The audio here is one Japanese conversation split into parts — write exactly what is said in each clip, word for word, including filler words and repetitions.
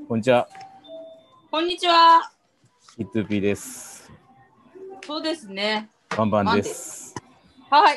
こんにちは。 こんにちは。 イットゥーピーです。 そうですね。 バンバンです。 はい。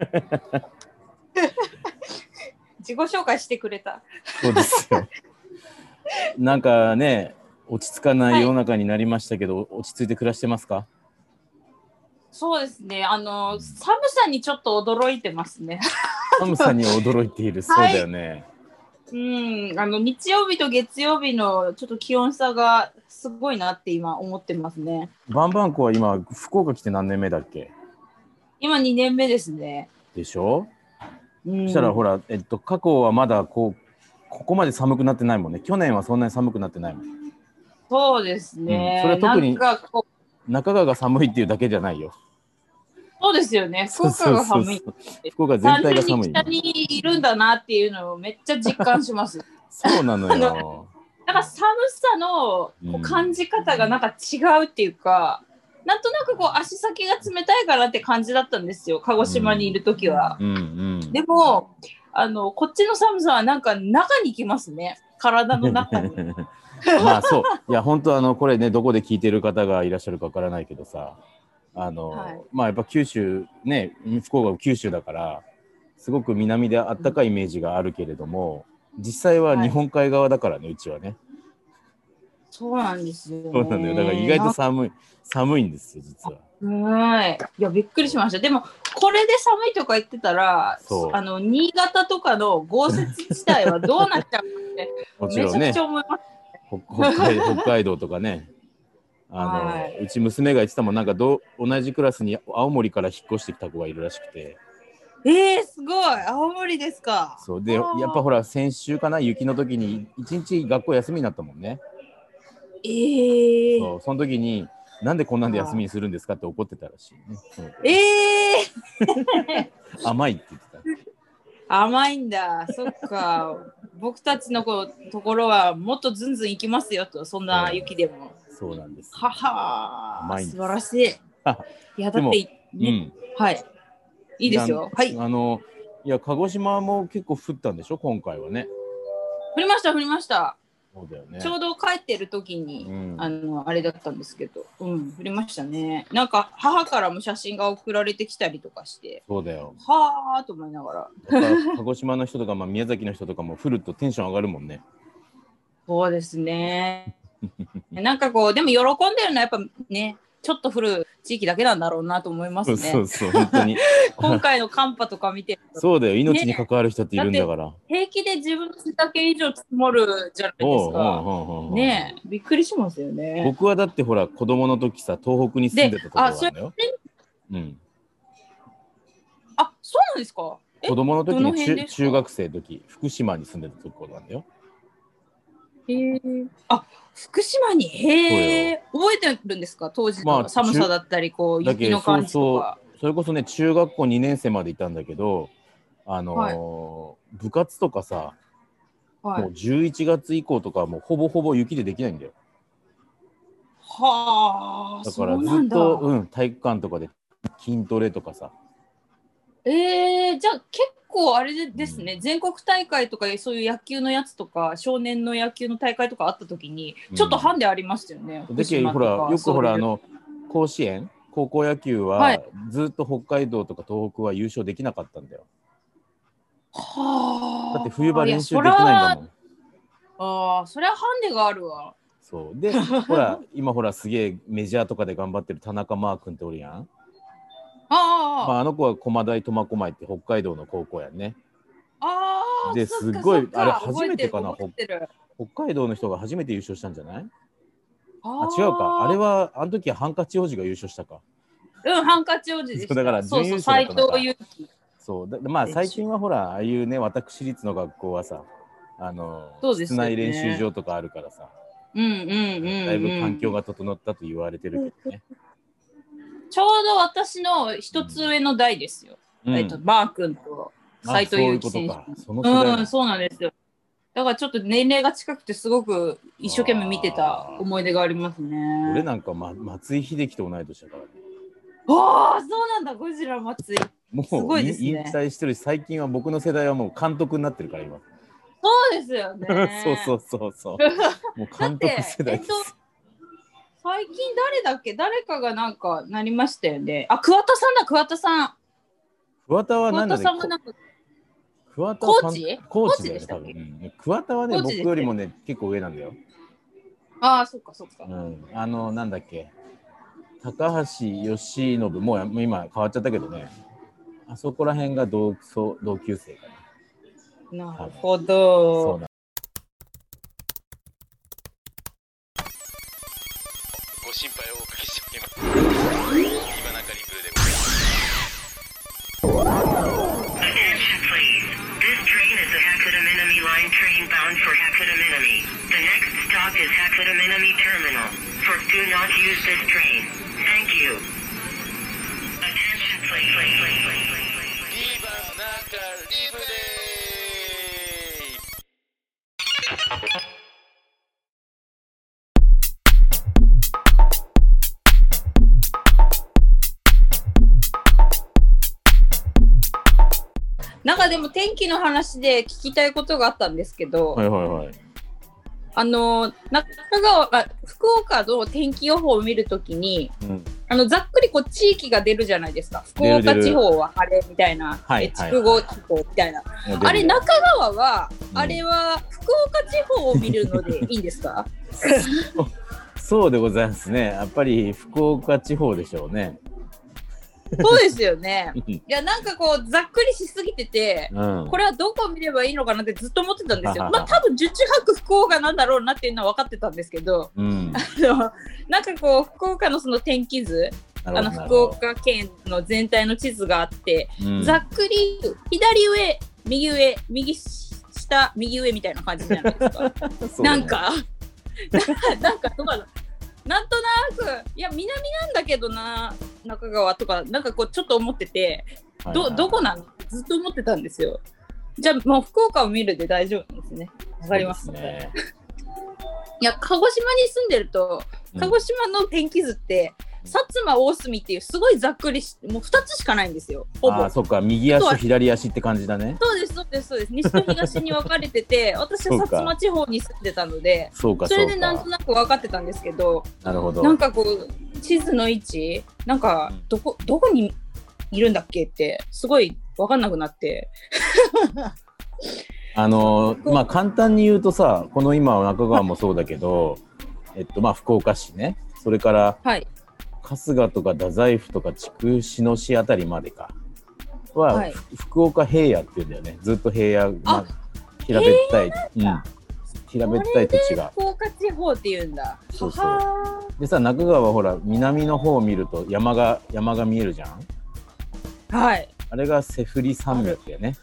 自己紹介してくれた。 そうですよ。なんかね、落ち着かない世の中になりましたけど、はい、落ち着いて暮らしてますか？ そうですね。あの、うん、寒さにちょっと驚いてますね。 寒さに驚いている。そうだよね。はい、 うん、あの日曜日と月曜日のちょっと気温差がすごいなって今思ってますね。 バンバンコは今福岡来て何年目だっけ？ 今にねんめですね。 でしょ？ うん、 そしたらほら、えっと、過去はまだこうここまで寒くなってないもんね。去年はそんなに寒くなってないもん。 そうですね。 うん、それは特に中川が寒いっていうだけじゃないよ。 そうですよね。福岡が寒い。 福岡全体が寒い。 北にいるんだなっていうのをめっちゃ実感します。 そうなのよ。 なんか寒さのこう感じ方がなんか違うっていうか、うん、なんとなくこう足先が冷たいかなって感じだったんですよ、鹿児島にいるときは。うんうんうん、でもあのこっちの寒さはなんか中に来ますね、体の中に。 まあそう、いや本当あのこれね、どこで聞いてる方がいらっしゃるかわからないけどさ、あの、はい、まあやっぱ九州ね、福岡は九州だからすごく南であったかいイメージがあるけれども、うん、実際は日本海側だからね、はい、うちはね。 そうなんですよね。 そうなんだよ。だから意外と寒い寒いんですよ実は。 はい。いやびっくりしました。でもこれで寒いとか言ってたら、あの新潟とかの豪雪地帯はどうなっちゃうのってめちゃくちゃ思います、ね。 北海北海道とかね。あの、はい、うち娘が言ってたもん、なんかど同じクラスに青森から引っ越してきた子がいるらしくて。 えー、すごい。青森ですか。 そうで、やっぱほら先週かな、雪の時に一日学校休みになったもんね。 えー、 そう、その時になんでこんなんで休みにするんですかって怒ってたらしいね。 えー、甘いって言ってた。甘いんだ。そっか。僕たちのところはもっとずんずん行きますよと、そんな雪でも。 そうなんです。 はは、素晴らしい。いやだって、ね、うん、はい。いいですよ。はい。 あのいや鹿児島も結構降ったんでしょ今回はね。 降りました降りました。 そうだよね。 ちょうど帰ってる時に、うん、あのあれだったんですけど、うん、降りましたね。なんか母からも写真が送られてきたりとかして、 そうだよ。 はあと思いながら。 鹿児島の人とか、まあ、宮崎の人とかも降るとテンション上がるもんね。 そうですね。なんかこうでも喜んでるのはやっぱね、ちょっと降る地域だけなんだろうなと思いますね。 そうそうそう、本当に。 今回の寒波とか見てると。 そうだよ、命に関わる人っているんだから。ね、 平気で自分の背丈以上積もるじゃないですか。ねえ、びっくりしますよね。 僕はだってほら子供の時さ、東北に住んでたところなんだよ。うん。 あ、そうなんですか。 子供の時に 中, 中学生の時、福島に住んでたところなんだよ。 へえ。あ、福島に。へえ。覚えてるんですか、当時の寒さだったり、こう雪の感じとか。 そうそう、それこそね、中学校にねん生までいたんだけど、あのーはい、部活とかさ、はい、もうじゅういちがつ以降とかもうほぼほぼ雪でできないんだよ。 はあ。 だからずっとう、うん、体育館とかで筋トレとかさ。 えー、じゃあ結構あれですね、うん、全国大会とかそういう野球のやつとか少年の野球の大会とかあった時にちょっとハンデありましたよね。 だけどほらよくほらあの甲子園高校野球は、はい、ずっと北海道とか東北は優勝できなかったんだよ。 はあ。 だって冬場練習できないんだもん。 ああ、それはハンデがあるわ。 そうでほら今ほらすげえメジャーとかで頑張ってる田中マー君っておるやん。 あ, まあ、あの子は駒大苫小牧って北海道の高校やね。 ああ。 ですごいあれ初めてかな、北海道の人が初めて優勝したんじゃない？あ, あ違うか、あれはあの時はハンカチ王子が優勝したか。 うん、ハンカチ王子でした。 だから準優勝だったのか。 そうそう、斉藤由貴。 そうだ、まあ最近はほらああいうね、私立の学校はさ、あの、ね、室内練習場とかあるからさ、 うんうんうん、うん、 だいぶ環境が整ったと言われてるけどね。 ちょうど私の一つ上の代ですよ。うん、えっとマー君と斉藤由貴選手。 その世代うん、そうなんですよ。だからちょっと年齢が近くてすごく一生懸命見てた思い出がありますね。 俺なんか、ま、松井秀喜と同い年だからね。 ああ、そうなんだ、ゴジラ松井。 もうすごいですね、引退してるし、最近は僕の世代はもう監督になってるから今。 そうですよね。 そうそうそうそう。もう監督世代です。えっと、 最近誰だっけ？誰かがなんかなりましたよね。あ、桑田さんだ、桑田さん。 桑田は何だっけ？桑田さんがなんか桑田はコーチ？コーチだよね、多分。うん、桑田はね、僕よりもね、結構上なんだよ。 ああ、そっかそっか。 うん、あの、なんだっけ。高橋由伸、もう今変わっちゃったけどね。あそこら辺が同同級生かな。なるほど。そうなご心配をおかけしております。今中リプルでございます。 Attention please. This train is the Hakuto Minami Line train bound for Hakuto Minami. The next stop is Hakuto Minami Terminal. For do not use this train. Thank you. Attention please. Viva Naka Libre! なんかでも天気の話で聞きたいことがあったんですけど、 はいはいはい、 あの中川あ福岡の天気予報を見るときに、うん、あのざっくりこう地域が出るじゃないですか。福岡地方は晴れみたいな、筑後地方みたいな。あれ中川は、うん、あれは福岡地方を見るのでいいんですか？ そうでございますね。やっぱり福岡地方でしょうね。 そうですよね。いやなんかこうざっくりしすぎてて、うん、これはどこを見ればいいのかなってずっと思ってたんですよ。まあ多分十中八九福岡なんだろうなっていうのは分かってたんですけど、うん、あのなんかこう福岡のその天気図、あの福岡県の全体の地図があって、うん、ざっくり左上右上右下右上みたいな感じじゃないですか。ね、なんかなんかどうかな。なんとなくいや南なんだけどな中川とかなんかこうちょっと思ってて、はいはい、どどこなのずっと思ってたんですよ。じゃあもう福岡を見るで大丈夫なんですね。わかりますね。いや鹿児島に住んでると鹿児島の天気図って、うん、薩摩大隅っていうすごいざっくりしもうふたつしかないんですよ。ほぼ。 あ、そっか、右足と左足って感じだね。 そうですそうですそうです。西と東に分かれてて私は薩摩地方に住んでたので、そうか、それでなんとなく分かってたんですけど、 なるほど。 なんかこう地図の位置なんかどこどこにいるんだっけってすごい分かんなくなって。 あのー、まあ簡単に言うとさ、この今中川もそうだけど、えっとまあ福岡市ね、それから、はい、春日とか太宰府とか筑紫野市あたりまでかは、はい、福岡平野っていうんだよね。ずっと平野、まあ、平べったい、うん、平べったい土地が。 福岡地方っていうんだ。 そうそう。でさ、中川はほら南の方を見ると山が山が見えるじゃん。 はい。 あれがセフリ山脈だよね。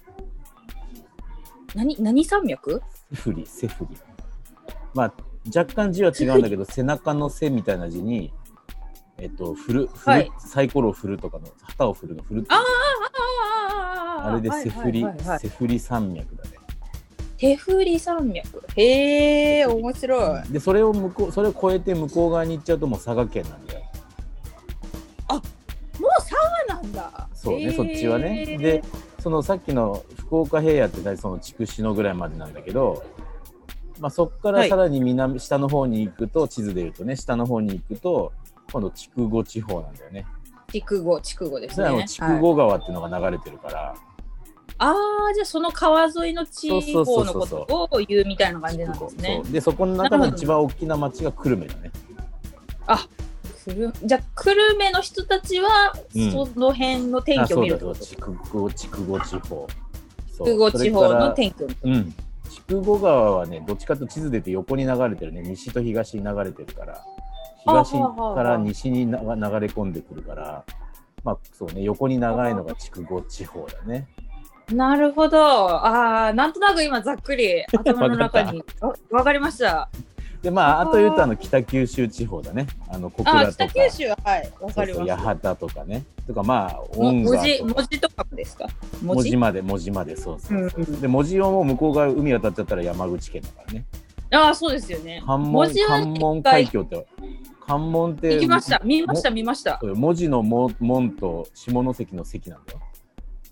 何何山脈？ セフリセフリ。まあ若干字は違うんだけど背中の背みたいな字にえっと振る、はい、サイコロを振るとかの旗を振るの振る。あああれでセフリ、はいはいはい、セフリ山脈だね。 セフリ山脈。へえ、面白い。 でそれを向こうそれを越えて向こう側に行っちゃうともう佐賀県なんだよ。 あ、もう佐賀なんだ。 そうね、そっちはね。でそのさっきの福岡平野って大体その筑紫野ぐらいまでなんだけど、まあ、そこからさらに南、はい、下の方に行くと地図でいうとね下の方に行くと今度筑後地方なんだよね。 筑後筑後ですね。 筑後川っていうのが流れてるから、はい、 ああ、じゃあその川沿いの地方のことを言うみたいな感じなんですね。 そうでそこの中の一番大きな町が久留米だね。 あ、じゃあ久留米の人たちは、うん、その辺の天気を見るってことですか？ 筑後筑後地方。 筑後地方の天気を見る。 うん。筑後川はねどっちかというと地図で言うと横に流れてるね。西と東に流れてるから東から西にな流れ込んでくるからまあそうね横に長いのが筑後地方だね。 なるほど。ああ、なんとなく今ざっくり頭の中にわかりました。 でまああと言うとあの北九州地方だね。あの小倉とか。 北九州ははいわかります。 八幡とかね。とかまあ音楽とか。 文字とかもですか？ 文字まで文字までそうそうそう。うん、で文字をもう向こう側海渡っちゃったら山口県だからね。 ああそうですよね。 関門関門海峡って関門って行きました見ました見ました。 文字の門と下関の関なんだよ。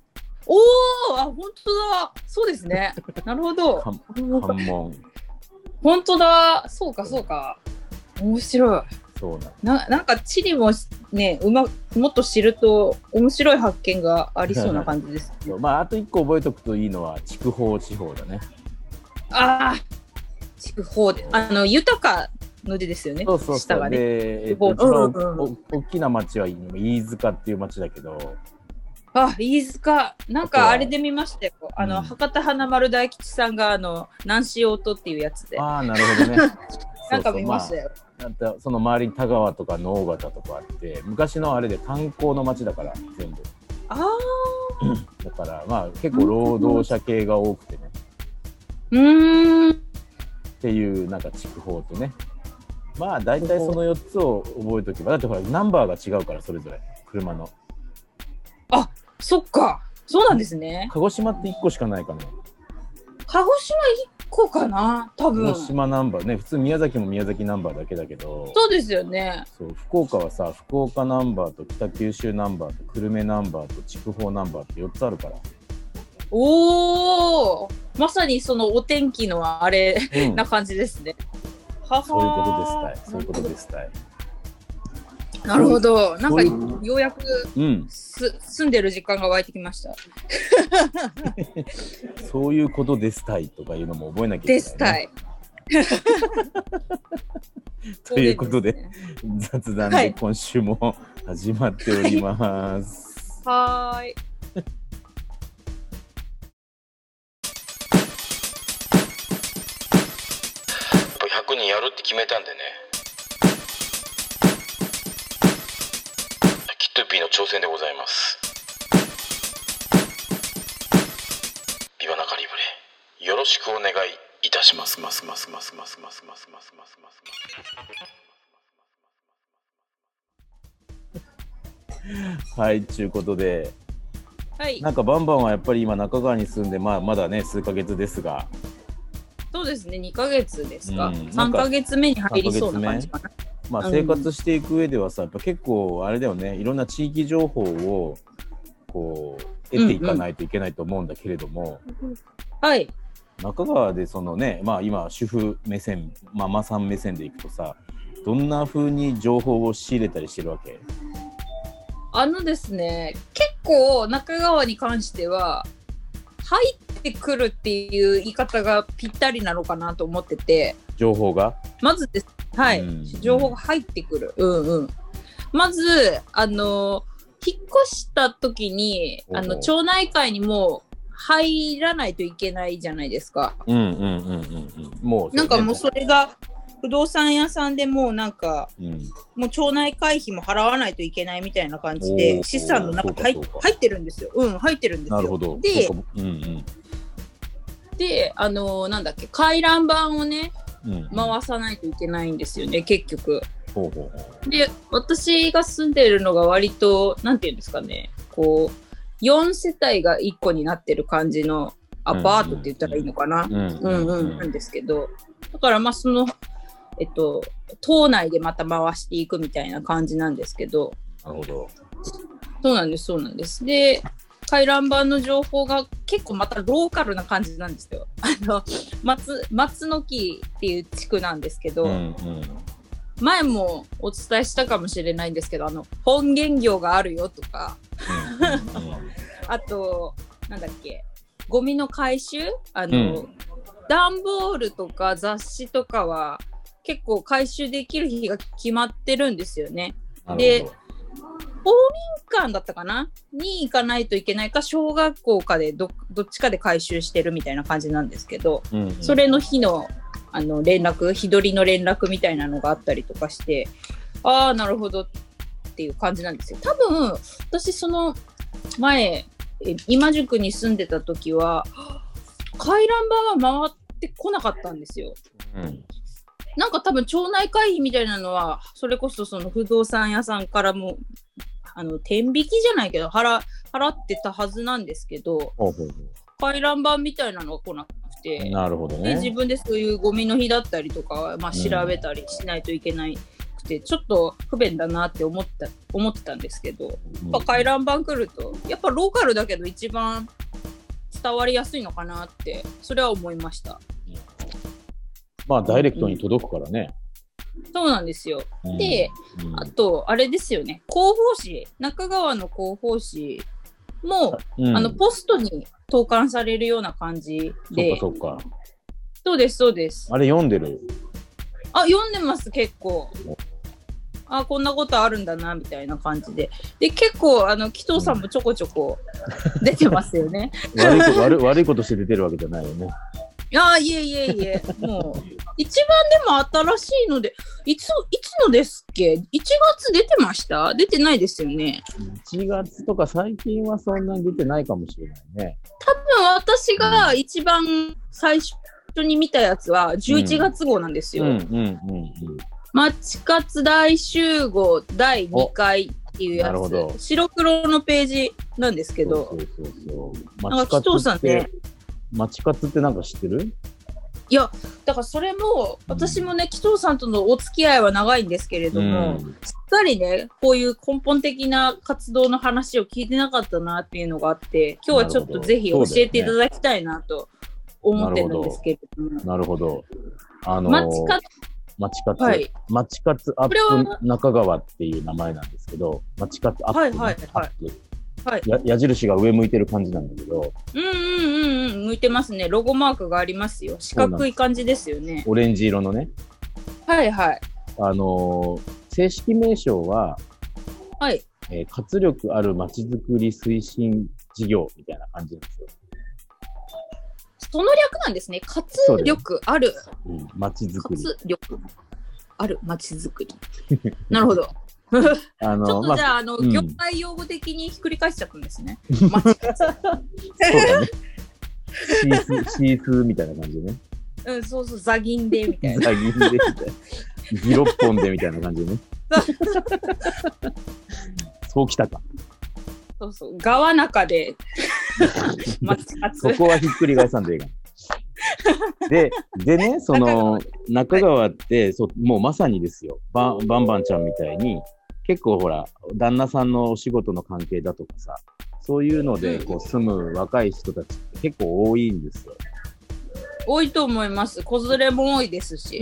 おお、あ、本当だ。そうですね。なるほど。 関門。 本当だ。そうかそうか。面白い。 そうな。な、なんか地理もね、うまもっと知ると面白い発見がありそうな感じです、 ね。まああと一個覚えておくといいのは筑豊地方だね。 ああ、筑豊で、あの豊かの字ですよね。 そうそうそう。下がね。で、えっと、一番大きな町は飯塚っていう町だけど。 あ、飯塚、なんかあれで見ましたよ。あの、うん、博多華丸大吉さんがあの南市大戸っていうやつで。 ああ、なるほどね。 なんか見ましたよ。 そうそう、まあ、その周りに田川とか直方とかあって、昔のあれで炭鉱の町だから全部。 ああ。 だからまあ結構労働者系が多くてね。 うーん。 っていうなんか筑豊とね。まあ大体そのよっつを覚えておけば、だってほらナンバーが違うからそれぞれ車の。 あ、そっか、そうなんですね。 鹿児島っていっこしかないかな。 鹿児島いっこかな、多分。 鹿児島ナンバーね、普通宮崎も宮崎ナンバーだけだけど。 そうですよね。 そう、福岡はさ、福岡ナンバーと北九州ナンバーと久留米ナンバーと筑豊ナンバーってよっつあるから。 おお、まさにそのお天気のあれ、うん、な感じですね。 はは、そういうことですたい。そういうことですたい。 なるほど。なんかようやく、うん、す住んでる時間が湧いてきました。 そういうことですたいとかいうのも覚えなきゃいけない、ね。ですたい。ということで、ね、雑談で今週も始まっております。 はい。はーい。 ひゃくにんやるって決めたんでね。キットピーの挑戦でございます。ビバナカリブレ、よろしくお願いいたします。ますますますますますますますますます。はい、ということで、 はい、 なんかバンバンはやっぱり今中川に住んで、まあ、まだね数ヶ月ですが。 そうですね、にかげつですか、うん、さんかげつめに入りそうな感じかな。 まあ、生活していく上ではさ、やっぱ結構あれだよね、いろんな地域情報をこう得ていかないといけないと思うんだけれども、 うんうん、はい、 中川でそのね、まあ今主婦目線、ママさん目線でいくとさ、どんな風に情報を仕入れたりしてるわけ？ あのですね、結構中川に関しては入ってくるっていう言い方がぴったりなのかなと思ってて、 情報がまずです、はい、うん、情報が入ってくる、うんうん、まずあの引っ越した時にあの町内会にも入らないといけないじゃないですか。 うんうんうんうんうん。もう、ね、 なんかもうそれが不動産屋さんでもうなんか、うん、もう町内会費も払わないといけないみたいな感じで資産の中に 入, 入ってるんですよ。うん、入ってるんですよ。 なるほど。 で、 うんうん、 であのー、なんだっけ、回覧板をね、うん、回さないといけないんですよね、結局。 ほうほう。 で、私が住んでるのが割となんていうんですかね、こうよん世帯がいっこになってる感じのアパートって言ったらいいのかな、うんうんうん、なんですけど、だからまあそのえっと島内でまた回していくみたいな感じなんですけど。 なるほど。 そうなんですそうなんです。で、回覧板の情報が結構またローカルな感じなんですよ。あの 松, 松の木っていう地区なんですけど、うんうん、前もお伝えしたかもしれないんですけど、あの本原業があるよとか、うんうんうん、あとなんだっけ、ゴミの回収、あの、うん、段ボールとか雑誌とかは結構回収できる日が決まってるんですよね。で、公民館だったかなに行かないといけないか、小学校かで ど, どっちかで回収してるみたいな感じなんですけど、うんうん、それの日のあの連絡、日取りの連絡みたいなのがあったりとかして、ああなるほどっていう感じなんですよ。多分私その前今宿に住んでた時は回覧板は回ってこなかったんですよ、うん、なんか多分町内会費みたいなのはそれこそその不動産屋さんからもあの天引きじゃないけど 払, 払ってたはずなんですけど、ほうほうほう、回覧板みたいなのが来なくて、 なるほどね。 で自分でそういうゴミの日だったりとかは、まあ、調べたりしないといけないくてちょっと不便だなって思った思ってたんですけど、やっぱ回覧板来るとやっぱローカルだけど一番伝わりやすいのかなってそれは思いました。 まあダイレクトに届くからね。 うん、そうなんですよ。うん、で、うん、あとあれですよね、広報誌、中川の広報誌も、うん、あのポストに投函されるような感じで。 そうかそうか。 そうですそうです。 あれ読んでる？ あ、読んでます結構。あ、こんなことあるんだなみたいな感じで、で結構あの紀藤さんもちょこちょこ出てますよね。 悪いこと悪い悪いことして出てるわけじゃないよね。 あ、いえいえいえ、もう一番でも新しいので、いついつのですっけ？いちがつ出てました？出てないですよね。 いちがつとか最近はそんなに出てないかもしれないね。 多分私が一番最初に見たやつはじゅういちがつ号なんですよ。まちかつ大集合だいにかいっていうやつ、白黒のページなんですけど、そうそうそうそう、なんか紀藤さんね、 まちかつってなんか知ってる？ いや、だからそれも私もね、紀藤さんとのお付き合いは長いんですけれども、うん、しっかりねこういう根本的な活動の話を聞いてなかったなっていうのがあって、今日はちょっとぜひ教えていただきたいなと思ってるんですけれども。 なるほど。あのー、 まちかつまちかつ、はい、まちかつアップ中川っていう名前なんですけど、まちかつアップ、はいはいはい、はい、や, 矢印が上向いてる感じなんだけど、 うんうんうんうん、向いてますね。ロゴマークがありますよ。四角い感じですよね。 オレンジ色のね。 はいはい。 あのー、正式名称は、 はい、 えー、活力あるまちづくり推進事業みたいな感じなんですよ。 その略なんですね。活力あるまちづくり。 活力あるまちづくり。なるほど。あのちょっとじゃあ、まあ、あの、うん、業界用語的にひっくり返しちゃったんですね。まちかつ。そうだね。シースー、シースーみたいな感じね。 うん、そうそう、ザギンでみたいな。 ザギンでみたいな。ギロッポンでみたいな感じね。そうきたか。 そうそう、川中でまちかつ。 そこはひっくり返さんでいいかな。で、でね、その中川って、はい、そうもうまさにですよ、バンバンバンちゃんみたいに結構ほら旦那さんのお仕事の関係だとかさ、そういうのでこう住む若い人たちって結構多いんですよ。 多いと思います。子連れも多いですし。 うん。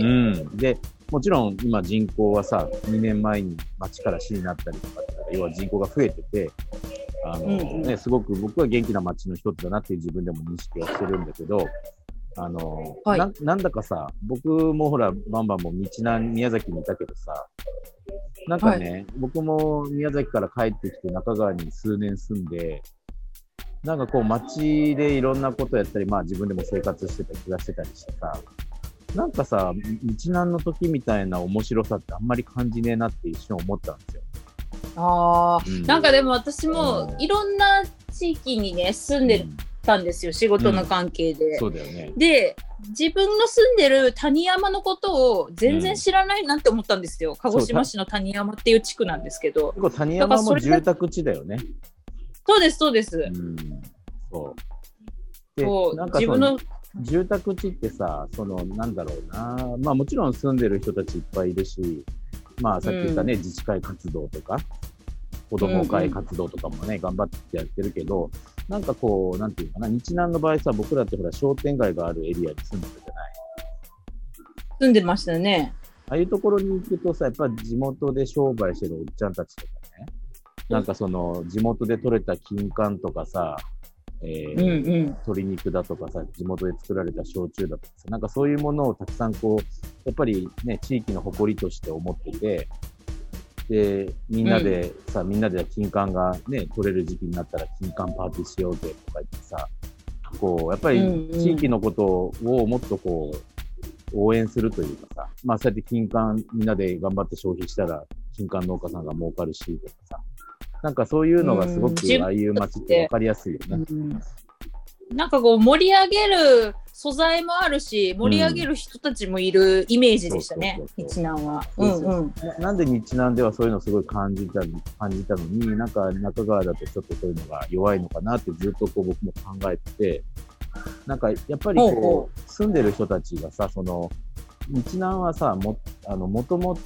で、もちろん今人口はさ、にねんまえに町から市になったりとか、要は人口が増えてて、あの、うんうん、ね、すごく僕は元気な町の一つだなっていう自分でも認識はしてるんだけど、あの、はい、な, なんだかさ、僕もほら、バンバンも日南、宮崎にいたけどさ、なんかね、はい、僕も宮崎から帰ってきて中川に数年住んで、なんかこう街でいろんなことやったり、まあ自分でも生活してたり、暮らしてたりしてさ、なんかさ、日南の時みたいな面白さってあんまり感じねえなって一瞬思ったんですよ。 ああ、うん、なんかでも私もいろんな地域にね、住んでたんですよ、うん、仕事の関係で、うん。そうだよね。で、自分の住んでる谷山のことを全然知らないなって思ったんですよ。うん、鹿児島市の谷山っていう地区なんですけど。 結構谷山も住宅地だよね。 そうです、そうです。うん、 そう。で、そうなんかその自分の住宅地ってさ、そのなんだろうな、まあもちろん住んでる人たちいっぱいいるし、まあさっき言ったね、うん、自治会活動とか、子ども会活動とかもね、うんうん、頑張ってやってるけど、なんかこう、なんていうかな、日南の場合さ、僕らってほら商店街があるエリアに住んでるじゃない。 住んでましたね。 ああいうところに行くとさ、やっぱり地元で商売してるおっちゃんたちとかね、なんかその地元で採れた金柑とかさ、えーうんうん、鶏肉だとかさ、地元で作られた焼酎だとかさ、なんかそういうものをたくさんこう、やっぱりね、地域の誇りとして思ってて、で、みんなでさ、うん、みんなで金柑がね、取れる時期になったら金柑パーティーしようぜとか言ってさ、こう、やっぱり地域のことをもっとこう、応援するというかさ、まあそうやって金柑みんなで頑張って消費したら、金柑農家さんが儲かるしとかさ、なんかそういうのがすごくああいう街って分かりやすいよね。うん、 なんかこう盛り上げる素材もあるし、盛り上げる人たちもいるイメージでしたね、日南は。うんうん。 なんで日南ではそういうのすごい感じた感じたのに、なんか中川だとちょっとそういうのが弱いのかなってずっとこう僕も考えてて、なんかやっぱりこう住んでる人たちがさ、その日南はさ、もあの元々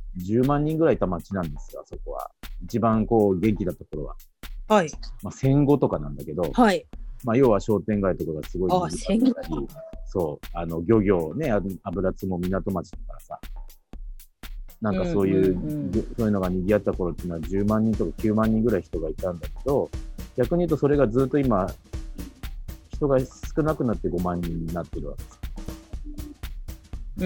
じゅうまんにんぐらいいた町なんですよ、あそこは。一番こう元気なところは。 はい。 まあ戦後とかなんだけど、 はい。 まあ要は商店街とかがすごいあ、戦後。 そう、あの漁業ね、油津も港町だからさ。なんかそういう、うんうんうん、そういうのが賑わった頃っていうのはじゅうまんにんとかきゅうまんにんぐらい人がいたんだけど、逆に言うとそれがずっと今、人が少なくなってごまんにんになってるわけです。 うん。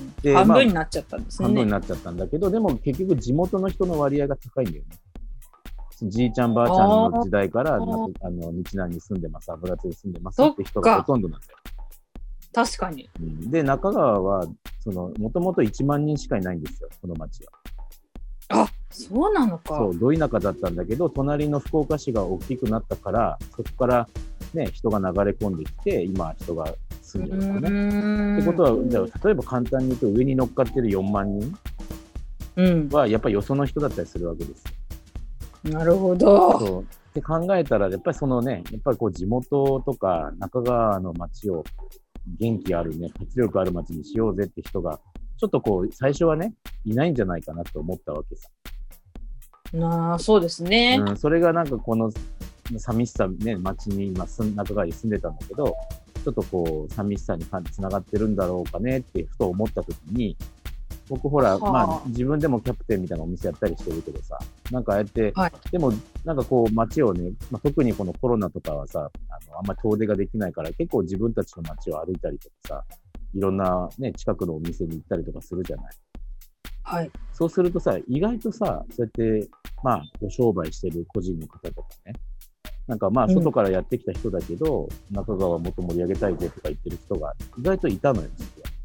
で、半分になっちゃったんですね。 半分になっちゃったんだけど、でも結局地元の人の割合が高いんだよね。じいちゃんばあちゃんの時代から、あの、日南に住んでます、油津に住んでますって人がほとんどなんだよ。 確かに。 うん、で、中川は、その、もともといちまんにんしかいないんですよ、この町は。 あ、そうなのか。 そう、ど田舎だったんだけど、隣の福岡市が大きくなったから、そこからね、人が流れ込んできて、今人が住んでるんだね。ってことは、じゃあ、例えば簡単に言うと、上に乗っかってるよんまんにんは、やっぱりよその人だったりするわけですよ。なるほど。 そう。って考えたら、やっぱりそのね、やっぱりこう地元とか中川の町を元気あるね、活力ある町にしようぜって人が、ちょっとこう、最初はね、いないんじゃないかなと思ったわけさ。 ああ、そうですね。 うん、それがなんかこの寂しさね、町に今、中川に住んでたんだけど、ちょっとこう、寂しさにつながってるんだろうかねってふと思った時に、僕ほら、まあ自分でもキャプテンみたいなお店やったりしてるけどさ、なんかああやって、はい、でもなんかこう街をね、まあ、特にこのコロナとかはさ、あの、あんまり遠出ができないから結構自分たちの街を歩いたりとかさ、いろんなね、近くのお店に行ったりとかするじゃない。 はい。 そうするとさ、意外とさ、そうやって、まあ、ご商売してる個人の方とかね、なんかまあ、外からやってきた人だけど、うん、中川をもっと盛り上げたいぜとか言ってる人が意外といたのよ、実は。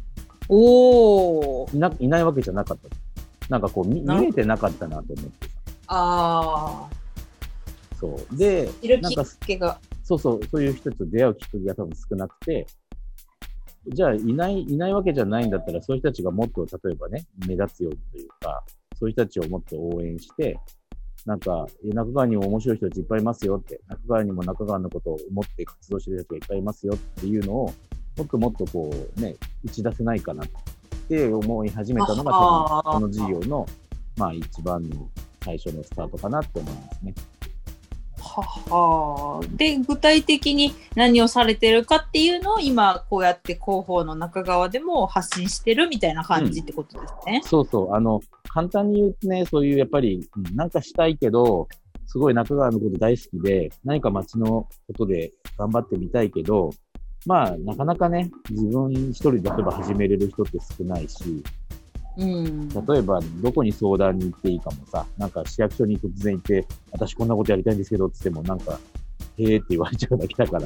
おー。 いな、いないわけじゃなかった。なんかこう、見えてなかったなと思ってさ。 ああ。 そう。で、 なんか、 そうそう、そういう人と出会うきっかけが多分少なくて、じゃあ、いない、いないわけじゃないんだったら、そういう人たちがもっと、例えばね、目立つようにというか、そういう人たちをもっと応援して、なんか、中川にも面白い人たちいっぱいいますよって、中川にも中川のことを思って活動してる人がいっぱいいますよっていうのを、もっともっとこうね、打ち出せないかなって思い始めたのが、この事業の、まあ一番の最初のスタートかなって思いますね。 ははで、具体的に何をされてるかっていうのを今こうやって広報の中川でも発信してるみたいな感じってことですね。 うん、そうそう。あの、簡単に言うとね、そういうやっぱり、うん、なんかしたいけど、すごい中川のこと大好きで、何か街のことで頑張ってみたいけど、まあ、なかなかね、自分一人で例えば始めれる人って少ないし、 うん、 例えば、どこに相談に行っていいかもさ、なんか市役所に突然行って、私こんなことやりたいんですけど、つってもなんか、へーって言われちゃうだけだから。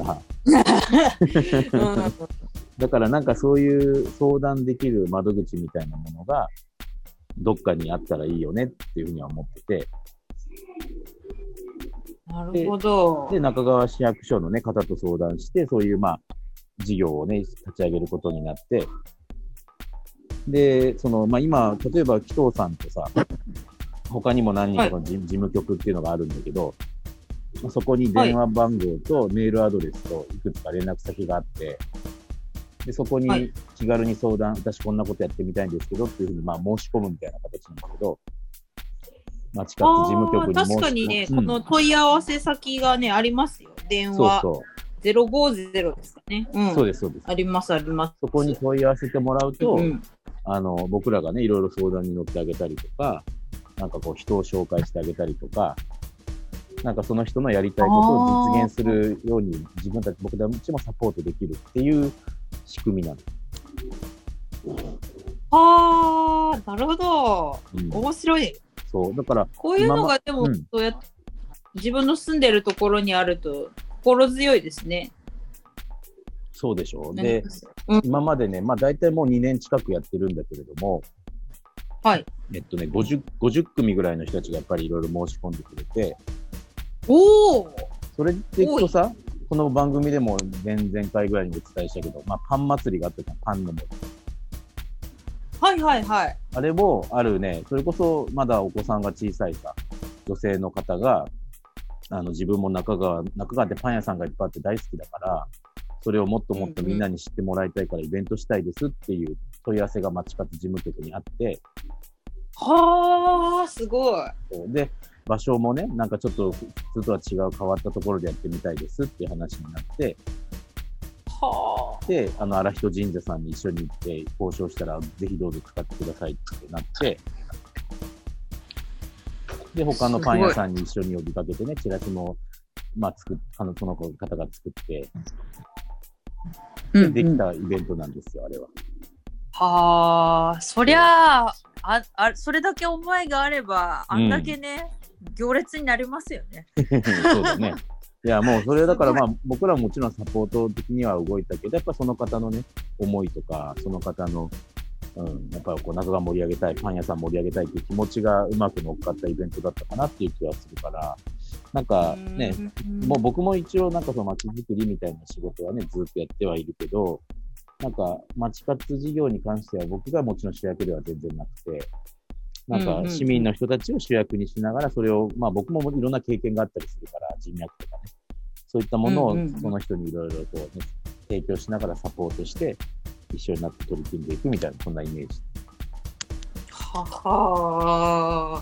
だからなんかそういう相談できる窓口みたいなものが、どっかにあったらいいよねっていうふうには思ってて。 なるほど。 で、で中川市役所のね、方と相談して、そういうまあ、事業をね、立ち上げることになって、で、その、まあ、今、例えば紀藤さんとさ、他にも何人かの事務局っていうのがあるんだけど、はい、そこに電話番号とメールアドレスといくつか連絡先があって、で、そこに気軽に相談、はい、私こんなことやってみたいんですけどっていうふうに、まあ、申し込むみたいな形なんだけど、まあ、近く事務局に申し込む。 確かにね、うん、この問い合わせ先がね、ありますよ。電話。そうそう。ゼロごゼロですかね、うん。 そうです、そうです。 あります、あります。 そこに問い合わせてもらうと、うん、あの、僕らがね、いろいろ相談に乗ってあげたりとか、なんかこう、人を紹介してあげたりとか、なんかその人のやりたいことを実現するように、自分たち、僕たちもサポートできるっていう仕組みなの。 あー、なるほど。うん、面白い。 そう、だから、 こういうのがでも、うん、そうやって、自分の住んでるところにあると、心強いですね。 そうでしょう。で、うん、今までね、まあ大体もうにねん近くやってるんだけれども、 はい。 えっとね、50、ごじゅっ組ぐらいの人たちがやっぱりいろいろ申し込んでくれて、 おー！ それっていくとさ、この番組でも前々回ぐらいにお伝えしたけど、まあパン祭りがあったじゃん、パンのも。 はいはいはい。 あれもあるね、それこそまだお子さんが小さいさ、女性の方が、あの自分も中川、中川ってパン屋さんがいっぱいあって大好きだから、それをもっともっとみんなに知ってもらいたいからイベントしたいですっていう問い合わせが町活事務局にあって、 はあ、すごい。 で、場所もね、なんかちょっと普通とは違う変わったところでやってみたいですっていう話になって、 はあ。 で、あの、荒人神社さんに一緒に行って交渉したら、ぜひどうぞ使ってくださいってなって、で、他のパン屋さんに一緒に呼びかけてね、チラシも、まあ、作っ、あの、その方が作って、で、できたイベントなんですよ、あれは。 はあ、そりゃあ、あ、あ、それだけ思いがあれば、あんだけね、うん、行列になりますよね。 そうだね。いや、もうそれだから、まあ、僕らももちろんサポート的には動いたけど、やっぱその方のね、思いとか、その方の、うん、やっぱりこう中が盛り上げたい、パン屋さん盛り上げたいっていう気持ちがうまく乗っかったイベントだったかなっていう気はするから、なんかね、もう僕も一応なんかその街づくりみたいな仕事はね、ずっとやってはいるけど、なんか街活事業に関しては僕がもちろん主役では全然なくて、なんか市民の人たちを主役にしながら、それを、まあ僕もいろんな経験があったりするから、人脈とかね、そういったものをその人にいろいろこうね、提供しながらサポートして、一緒になって取り組んでいくみたいな、そんなイメージ。 はは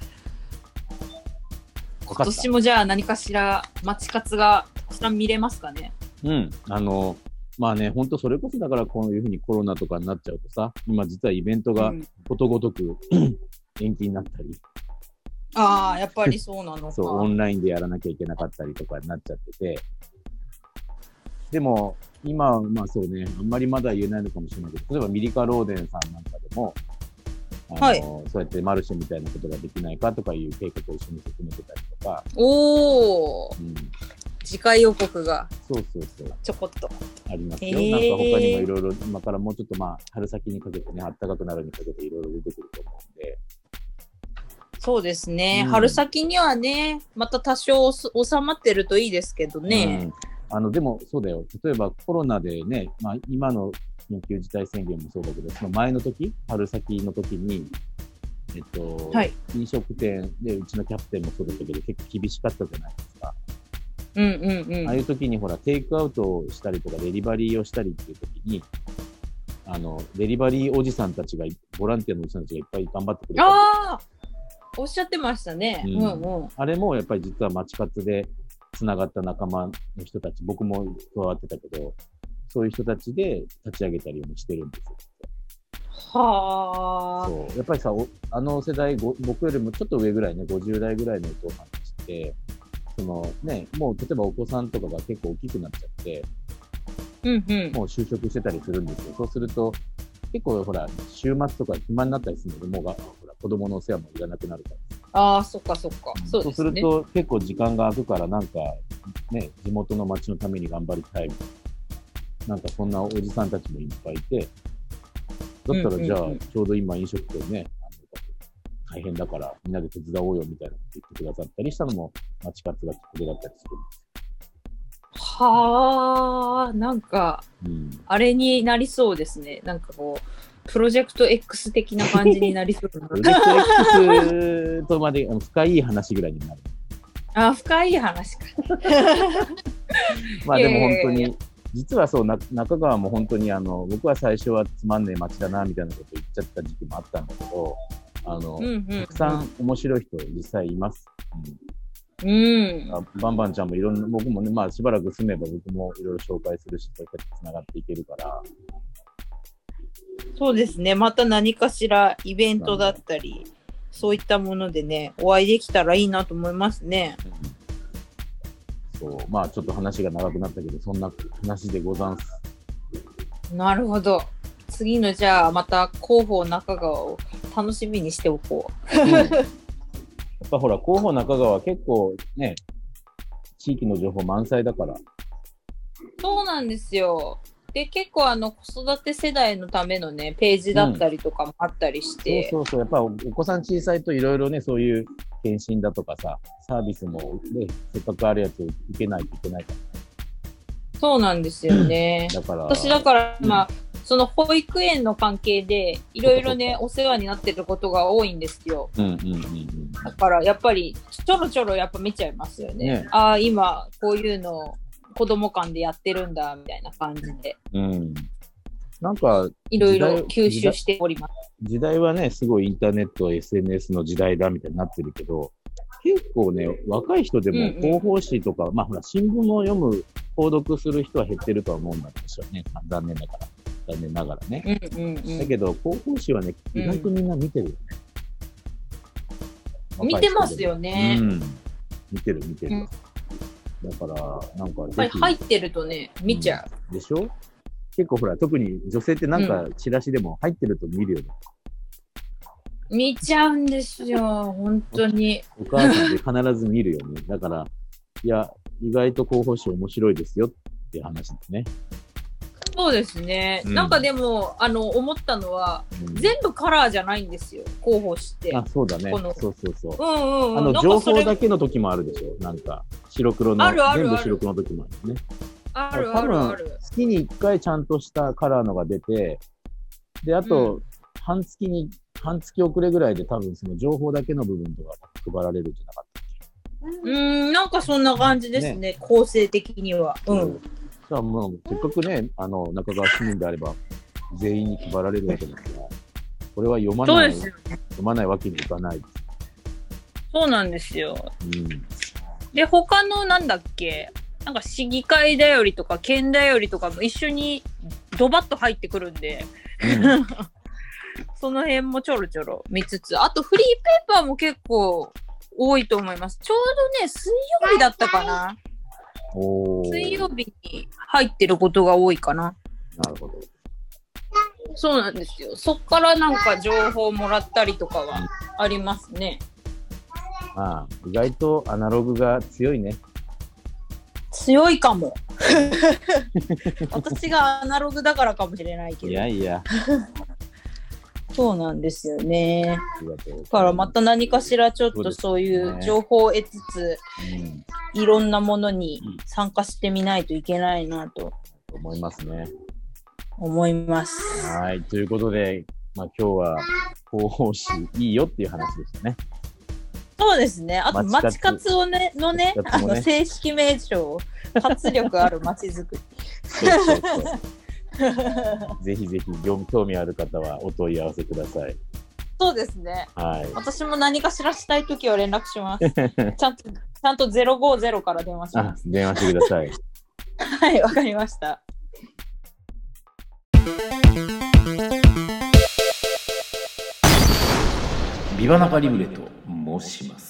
今年もじゃあ何かしら街活がたくさん見れますかね。 うん。あの、まあね、本当それこそだからこういうふうにコロナとかになっちゃうとさ、今実はイベントがことごとく、うん、延期になったり。 ああ、やっぱりそうなのか。 そう、オンラインでやらなきゃいけなかったりとかになっちゃってて。でも、今、まあそうね、あんまりまだ言えないのかもしれないけど、例えばミリカローデンさんなんかでも、あの、はい、そうやってマルシェみたいなことができないかとかいう計画を一緒に進めてたりとか。 おー、うん、次回予告が。 そうそうそう。 ちょこっと。 ありますよ。なんか他にもいろいろ、今からもうちょっとまあ、春先にかけてね、暖かくなるにかけていろいろ出てくると思うんで。 そうですね、うん、春先にはね、また多少収まってるといいですけどね。 うん、あのでもそうだよ、例えばコロナでね、まあ、今の緊急事態宣言もそうだけど、その前の時、春先の時に、えっと、はい、飲食店で、うちのキャプテンもそうだったけど、結構厳しかったじゃないですか。 うんうんうん。 ああいう時にほら、テイクアウトをしたりとか、デリバリーをしたりっていう時に、あの、デリバリーおじさんたちが、ボランティアのおじさんたちがいっぱい頑張ってくれた。 ああおっしゃってましたね。うんうんうん、 あれもやっぱり実は街活でつながった仲間の人たち、僕も加わってたけど、そういう人たちで立ち上げたりもしてるんですよ。 はあ。 そう。やっぱりさ、あの世代、僕よりもちょっと上ぐらいね、ごじゅう代ぐらいのお父さんたちって、そのね、もう例えばお子さんとかが結構大きくなっちゃって、 うんうん、 もう就職してたりするんですよ。そうすると、結構ほら、週末とか暇になったりするので、もうがほら子供のお世話もいらなくなるから。 ああ、そっかそっか。そうですね。 そうすると結構時間が空くから、なんかね、地元の町のために頑張りたいみたいな。なんかそんなおじさんたちもいっぱいいて、だったらじゃあ、ちょうど今飲食店ね、あの大変だからみんなで手伝おうよみたいなこと言ってくださったりしたのも、町活がきっかけだったりするんですよ。 はあ、なんか、うん、あれになりそうですね。なんかこう、プロジェクト X 的な感じになりそうな。 プロジェクト X とまで深い話ぐらいになる。 あ、深い話か。 まあでも本当に、実はそう、な中川も本当にあの、僕は最初はつまんねえ街だな、みたいなこと言っちゃった時期もあったんだけど、あの、うんうんうん、たくさん面白い人実際います。うんうん、 あバンバンちゃんもいろんな、僕もね、まあしばらく住めば僕もいろいろ紹介するし、そうやってつながっていけるから。 そうですね、また何かしらイベントだったり、そういったものでね、お会いできたらいいなと思いますね。 うん、そう、まあちょっと話が長くなったけど、そんな話でござんす。 なるほど。次のじゃあまた広報中川を楽しみにしておこう。うんやっぱほら、広報中川は結構ね、地域の情報満載だから。 そうなんですよ。で、結構あの子育て世代のためのね、ページだったりとかもあったりして。 うん、そうそうそう。やっぱお子さん小さいといろいろね、そういう検診だとかさ、サービスもね、せっかくあるやつを受けないといけないから。 そうなんですよね。 だから。 私だから、まあ、うんその保育園の関係でいろいろねお世話になってることが多いんですよ、 うんうんうんうん、 だからやっぱりちょろちょろやっぱ見ちゃいますよね、ねああ今こういうの子供館でやってるんだみたいな感じで、 うん、 なんかいろいろ吸収しております。 時代はね、すごいインターネット、エスエヌエス の時代だみたいになってるけど、結構ね、若い人でも広報誌とか、うんうん、まあほら、新聞を読む、購読する人は減ってるとは思うんですよね。残念ながら。残念ながらね。 うんうんうん、 だけど、広報誌はね、意外とみんな見てるよね。 うん、見てますよね。 うん。見てる見てる。うん、だから、なんかやっぱり入ってるとね、見ちゃう。 うん、でしょ？結構ほら、特に女性ってなんかチラシでも入ってると見るよね。 うん、見ちゃうんですよ、本当に。 お母さんで必ず見るよね。だから、いや、意外と広報誌面白いですよっていう話ですね。 そうですね、うん、なんかでもあの思ったのは、うん、全部カラーじゃないんですよ、広報誌って。 あ、そうだね。そうそうそう。 うんうんうん、 あの情報だけの時もあるでしょ。なんか白黒の、あるあるある、全部白黒の時もあるよね。 あるあるある。 月にいっかいちゃんとしたカラーのが出て、で、あと、うん、半月に、半月遅れぐらいで多分その情報だけの部分とか配られるんじゃなかったっけ？うーん、なんかそんな感じですね、ね、構成的には。うん。 じゃあもう、せっかくね、あの、中川市民であれば、全員に配られるわけですから、これは読まない、そうですよね、読まないわけにいかないです。 そうなんですよ。 うん。 で、他のなんだっけ、なんか市議会だよりとか県だよりとかも一緒にドバッと入ってくるんで、うん、その辺もちょろちょろ見つつ、あとフリーペーパーも結構多いと思います。ちょうどね、水曜日だったかな。 お水曜日に入ってることが多いかな。 なるほど。 そうなんですよ。そっからなんか情報もらったりとかはありますね。 まあ、意外とアナログが強いね。 強いかも。私がアナログだからかもしれないけど。 いやいや。 そうなんですよね。だからまた何かしらちょっとそういう情報を得つつ、ね、うん、いろんなものに参加してみないといけないなと、 うん、思いますね。 思います。 はい。ということで、まあ、今日は広報誌いいよっていう話でしたね。 そうですね。あと、町活をね、のね、あの、正式名称、活力ある町づくり。そうそうそうぜひぜひ、興味ある方はお問い合わせください。 そうですね。 はい。 私も何かしらしたいときは連絡します。ちゃんと、ちゃんとゼロごゼロから電話します。 電話してください。 はい、わかりました。 ビバナカリブレと申します。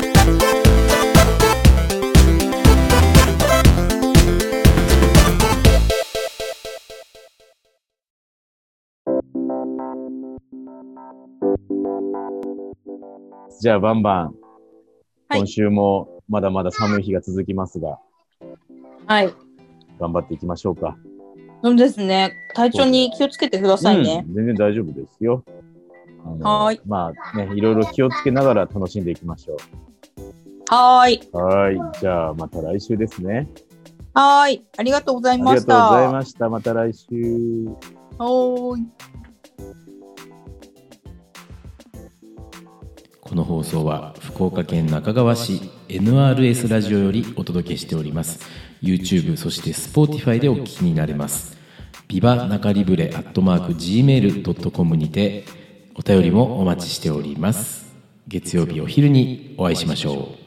じゃあバンバン、はい、今週もまだまだ寒い日が続きますが、 はい、 頑張っていきましょうか。 そうですね。体調に気をつけてくださいね。 うん、全然大丈夫ですよ。 はい。 まあね、いろいろ気をつけながら楽しんでいきましょう。 はい。 はい。じゃあまた来週ですね。 はい。ありがとうございました。 ありがとうございました。また来週。 はーい。 この放送は福岡県那珂川市 エヌアールエス ラジオよりお届けしております。YouTube そして Spotify でお聞きになれます。ビバナカリブレアットマーク ジーメールドットコム にてお便りもお待ちしております。月曜日お昼にお会いしましょう。